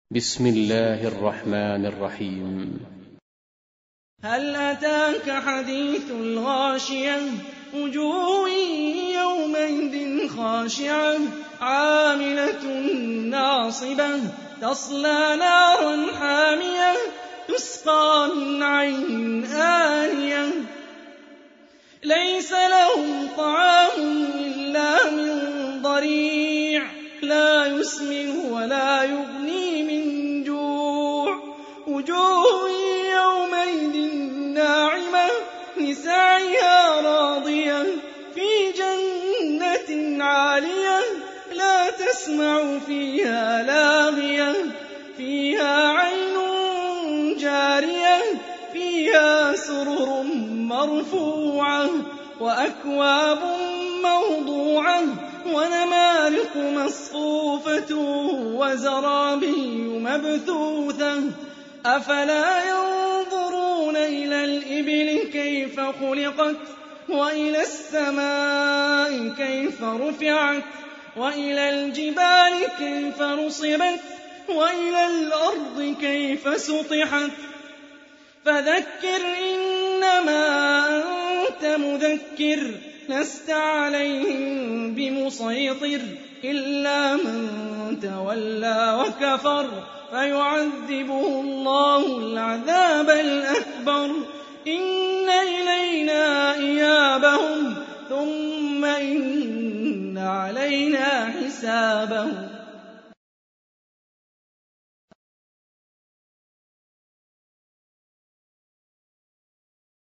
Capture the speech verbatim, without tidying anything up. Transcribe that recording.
بسم الله الرحمن الرحيم. هل أتاك حديث الغاشية وجوه يومئذ خاشعة عاملة ناصبة تصلى نارا حامية تسقى من عين آنية ليس لهم طعام إلا من ضريع لا يسمن ولا يغني من جوع وجوه يومئذ ناعمة لسعيها راضية في جنة عالية لا تسمع فيها لاغية فيها عين جارية فيها سرر مرفوعة وأكواب موضوعة ونمارق مصفوفة وزرابي مبثوثة أفلا ينظرون إلى الإبل كيف خلقت وإلى السماء كيف رفعت وإلى الجبال كيف نصبت وإلى الأرض كيف سطحت فذكر إنما أنت مذكر لست عليهم بمسيطر إلا من تولى وكفر فيعذبه الله العذاب الأكبر إن إلينا إيابهم